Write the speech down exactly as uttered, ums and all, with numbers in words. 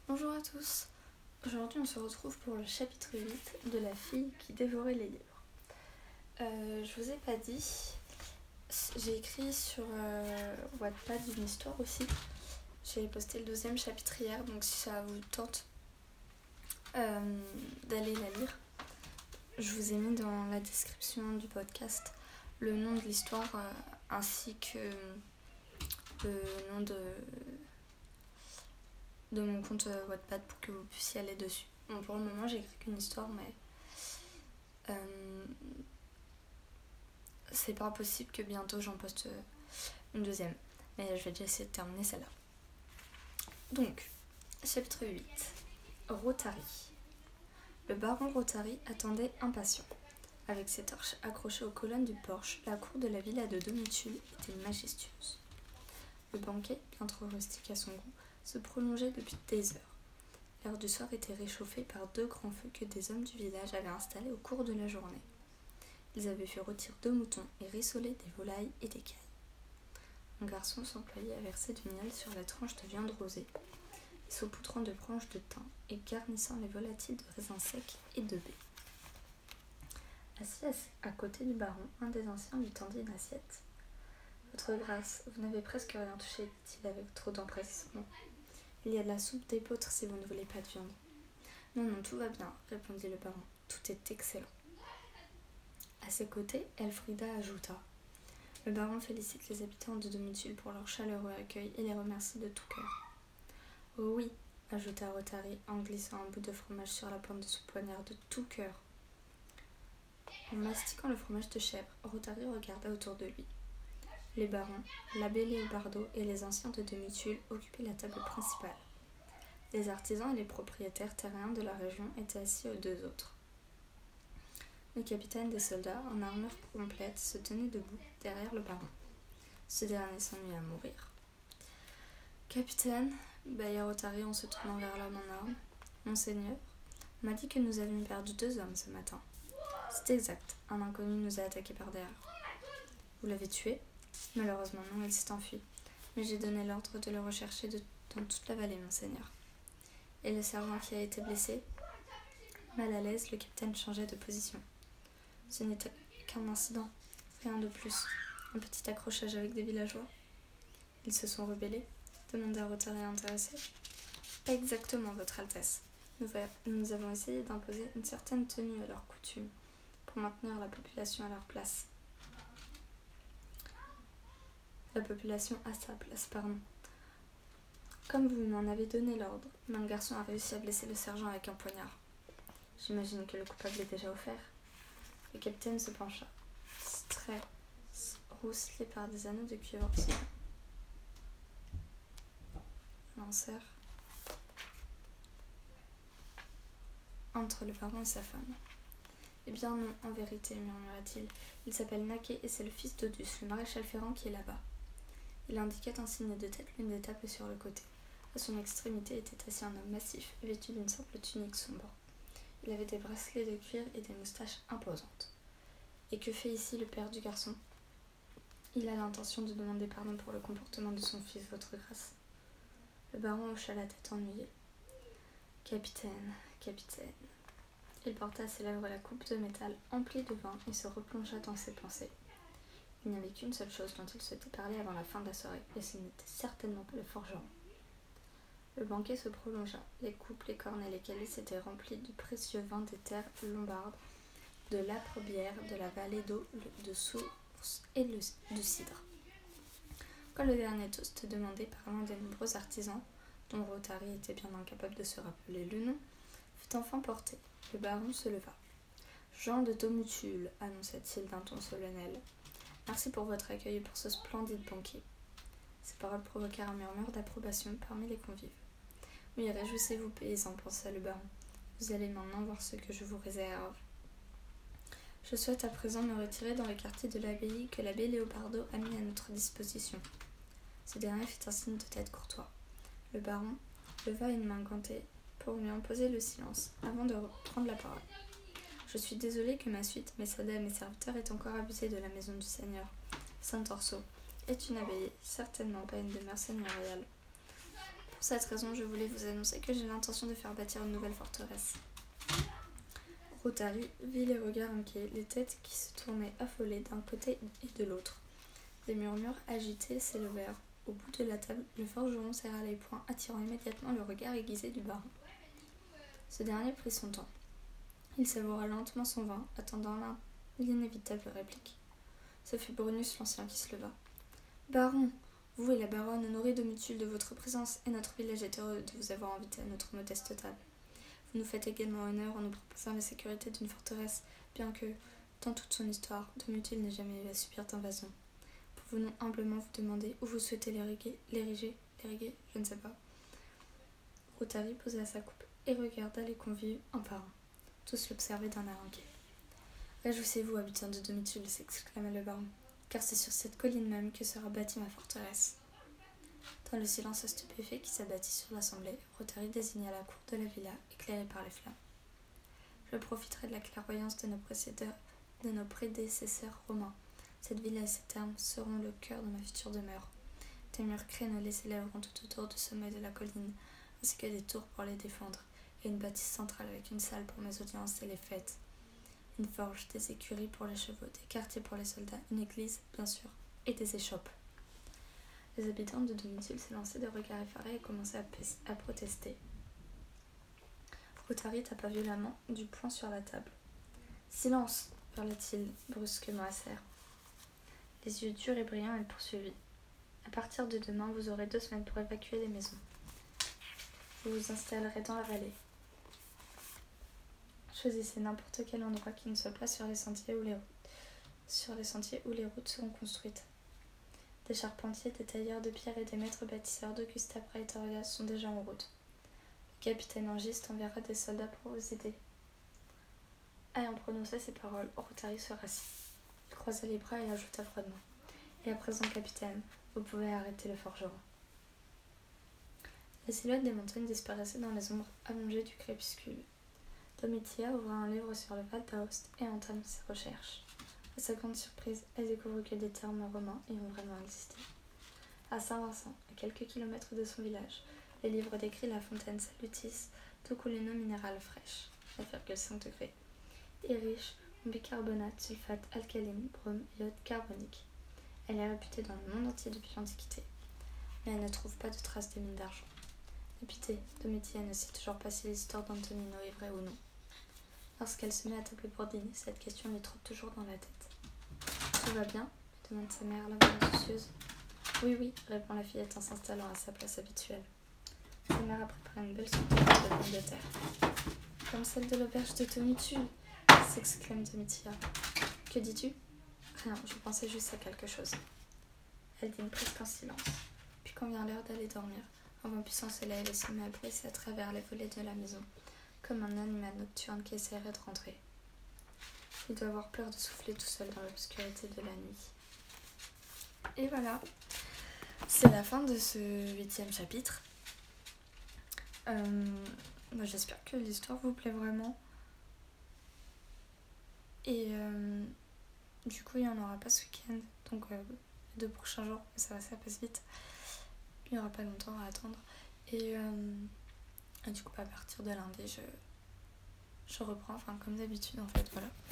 Bonjour à tous. Aujourd'hui on se retrouve pour le chapitre huit de La fille qui dévorait les livres. Euh, je vous ai pas dit, j'ai écrit sur euh, Wattpad une histoire aussi. J'ai posté le deuxième chapitre hier, donc si ça vous tente euh, d'aller la lire, je vous ai mis dans la description du podcast le nom de l'histoire euh, ainsi que le nom de... de mon compte Wattpad pour que vous puissiez aller dessus. Bon, pour le moment, j'ai écrit qu'une histoire, mais euh, c'est pas impossible que bientôt j'en poste une deuxième. Mais je vais déjà essayer de terminer celle-là. Donc, chapitre huit. Rotary. Le baron Rotary attendait impatient. Avec ses torches accrochées aux colonnes du porche, la cour de la villa de Domitule était majestueuse. Le banquet, bien trop rustique à son goût, se prolongeait depuis des heures. L'heure du soir était réchauffée par deux grands feux que des hommes du village avaient installés au cours de la journée. Ils avaient fait rôtir deux moutons et rissoler des volailles et des cailles. Un garçon s'employait à verser du miel sur la tranche de viande rosée, saupoudrant de branches de thym et garnissant les volatiles de raisins secs et de baies. Assis à côté du baron, un des anciens lui tendit une assiette. « Votre grâce, vous n'avez presque rien touché, dit-il avec trop d'empressement. Il y a de la soupe d'épeautre si vous ne voulez pas de viande. » Non, non, tout va bien, répondit le baron. Tout est excellent. À ses côtés, Elfrida ajouta. Le baron félicite les habitants de Domitule pour leur chaleureux accueil et les remercie de tout cœur. Oh oui, ajouta Rotary en glissant un bout de fromage sur la pointe de son poignard de tout cœur. En mastiquant le fromage de chèvre, Rotary regarda autour de lui. Les barons, l'abbé Léobardo et les anciens de Domitule occupaient la table principale. Les artisans et les propriétaires terriens de la région étaient assis aux deux autres. Le capitaine des soldats, en armure complète, se tenait debout derrière le baron. Ce dernier s'ennuyait à mourir. « Capitaine, bâilla Rotary en se tournant vers l'homme en armes, Monseigneur, on m'a dit que nous avions perdu deux hommes ce matin. C'est exact, un inconnu nous a attaqués par derrière. Vous l'avez tué ? Malheureusement non, il s'est enfui. Mais j'ai donné l'ordre de le rechercher de, dans toute la vallée, monseigneur. Et le sergent qui a été blessé ? Mal à l'aise, le capitaine changeait de position. Ce n'était qu'un incident, rien de plus. Un petit accrochage avec des villageois. Ils se sont rebellés ? Demanda Rotary intéressé. Pas exactement, votre Altesse. Nous, nous avons essayé d'imposer une certaine tenue à leurs coutumes pour maintenir la population à leur place. La population à sa place, pardon. Comme vous m'en avez donné l'ordre, mon garçon a réussi à blesser le sergent avec un poignard. J'imagine que le coupable est déjà offert. Le capitaine se pencha, très rousselé par des anneaux de cuivre. Lanceur. Entre le baron et sa femme. Eh bien non, en vérité, murmura-t-il. Il s'appelle Naquet et c'est le fils d'Odus, le maréchal ferrant qui est là-bas. Il indiquait en signe de tête l'une des tables sur le côté. À son extrémité était assis un homme massif, vêtu d'une simple tunique sombre. Il avait des bracelets de cuir et des moustaches imposantes. Et que fait ici le père du garçon ? Il a l'intention de demander pardon pour le comportement de son fils, votre grâce. Le baron hocha la tête ennuyé. Capitaine, capitaine. Il porta à ses lèvres la coupe de métal emplie de vin et se replongea dans ses pensées. Il n'y avait qu'une seule chose dont il souhaitait parler avant la fin de la soirée, et ce n'était certainement pas le forgeron. Le banquet se prolongea. Les coupes, les cornes et les calices étaient remplis du précieux vin des terres lombardes, de l'âpre bière de la vallée d'eau, de source et de cidre. Quand le dernier toast demandé par l'un des nombreux artisans, dont Rotary était bien incapable de se rappeler le nom, fut enfin porté, le baron se leva. « Jean de Domitule, annonça-t-il d'un ton solennel. Merci pour votre accueil et pour ce splendide banquet. » Ces paroles provoquèrent un murmure d'approbation parmi les convives. « Oui, réjouissez-vous, paysans, pensa le baron. Vous allez maintenant voir ce que je vous réserve. Je souhaite à présent me retirer dans le quartier de l'abbaye que l'abbé Léobardo a mis à notre disposition. » Ce dernier fit un signe de tête courtois. Le baron leva une main gantée pour lui imposer le silence avant de reprendre la parole. « Je suis désolé que ma suite, mes soldats et mes serviteurs aient encore abusé de la maison du Seigneur. Saint-Orso est une abbaye, certainement pas une demeure seigneuriale. cette raison, je voulais vous annoncer que j'ai l'intention de faire bâtir une nouvelle forteresse. Rothari vit les regards inquiets, les têtes qui se tournaient affolées d'un côté et de l'autre. Des murmures agités s'élevèrent. Au bout de la table, le forgeron serra les poings, attirant immédiatement le regard aiguisé du baron. Ce dernier prit son temps. Il savoura lentement son vin, attendant l'inévitable réplique. Ce fut Brunus l'Ancien qui se leva. « Baron, vous et la baronne honorez Domitille de votre présence, et notre village est heureux de vous avoir invité à notre modeste table. Vous nous faites également honneur en nous proposant la sécurité d'une forteresse, bien que, dans toute son histoire, Domitille n'ait jamais eu à subir d'invasion. Pouvons-nous humblement vous demander où vous souhaitez l'ériger, l'ériger, l'ériguer, je ne sais pas. » Rothari posa sa coupe et regarda les convives un par un. Tous l'observaient d'un air inquiet. « Réjouissez-vous, habitants de Domitille, s'exclama le baron, car c'est sur cette colline même que sera bâtie ma forteresse. » Dans le silence stupéfait qui s'abattit sur l'assemblée, Rothari désigna la cour de la villa, éclairée par les flammes. « Je profiterai de la clairvoyance de nos, de nos prédécesseurs romains. Cette villa et ses termes seront le cœur de ma future demeure. Des murs crénelés s'élèveront tout autour du sommet de la colline, ainsi que des tours pour les défendre, et une bâtisse centrale avec une salle pour mes audiences et les fêtes. Une forge, des écuries pour les chevaux, des quartiers pour les soldats, une église, bien sûr, et des échoppes. » Les habitants de Domitille s'élançaient de regards effarés et commençaient à, à protester. Rothari tapa violemment du poing sur la table. « Silence !» hurla-t-il brusquement à Serre. Les yeux durs et brillants, elle poursuivit. « À partir de demain, vous aurez deux semaines pour évacuer les maisons. Vous vous installerez dans la vallée. Choisissez n'importe quel endroit qui ne soit pas sur les sentiers où les, sur les, sentiers où les routes seront construites. Des charpentiers, des tailleurs de pierre et des maîtres bâtisseurs d'Augusta Praetoria sont déjà en route. Le capitaine Angiste enverra des soldats pour vous aider. » Ayant prononcé ces paroles, Rothari se rassit. Il croisa les bras et ajouta froidement. « Et à présent, capitaine, vous pouvez arrêter le forgeron. » La silhouette des montagnes disparaissait dans les ombres allongées du crépuscule. Domitia ouvra un livre sur le Val d'Aoste et entama ses recherches. À sa grande surprise, elle découvrit que des termes romains y ont vraiment existé. À Saint-Vincent, à quelques kilomètres de son village, les livres décrivent la fontaine Salutis d'Oculeno minérale fraîche, neuf virgule cinq degrés, et riche en bicarbonate, sulfate, alcaline, brome et iode carbonique. Elle est réputée dans le monde entier depuis l'Antiquité, mais elle ne trouve pas de traces de mines d'argent. Dépitée, Domitia ne sait toujours pas si l'histoire d'Antonino est vraie ou non. Lorsqu'elle se met à table pour dîner, cette question lui trotte toujours dans la tête. « Tout va bien ?» lui demande sa mère, la voix soucieuse. « Oui, oui » répond la fillette en s'installant à sa place habituelle. Sa mère a préparé une belle soupe de pommes de terre. « Comme celle de l'auberge de Domitille !» s'exclame Domitia. « Que dis-tu ?»« Rien, je pensais juste à quelque chose. » Elle dîne presque en silence. Puis quand vient l'heure d'aller dormir, un vent puissant se lève et se met à presser à travers les volets de la maison, comme un animal nocturne qui essaierait de rentrer. Il doit avoir peur de souffler tout seul dans l'obscurité de la nuit. Et voilà, c'est la fin de ce huitième chapitre. Euh, bah j'espère que l'histoire vous plaît vraiment. Et euh, du coup, il n'y en aura pas ce week-end, donc euh, les deux prochains jours, ça va, ça passe vite. Il n'y aura pas longtemps à attendre. Et, euh, et du coup, à partir de lundi, je, je reprends, enfin comme d'habitude en fait, voilà.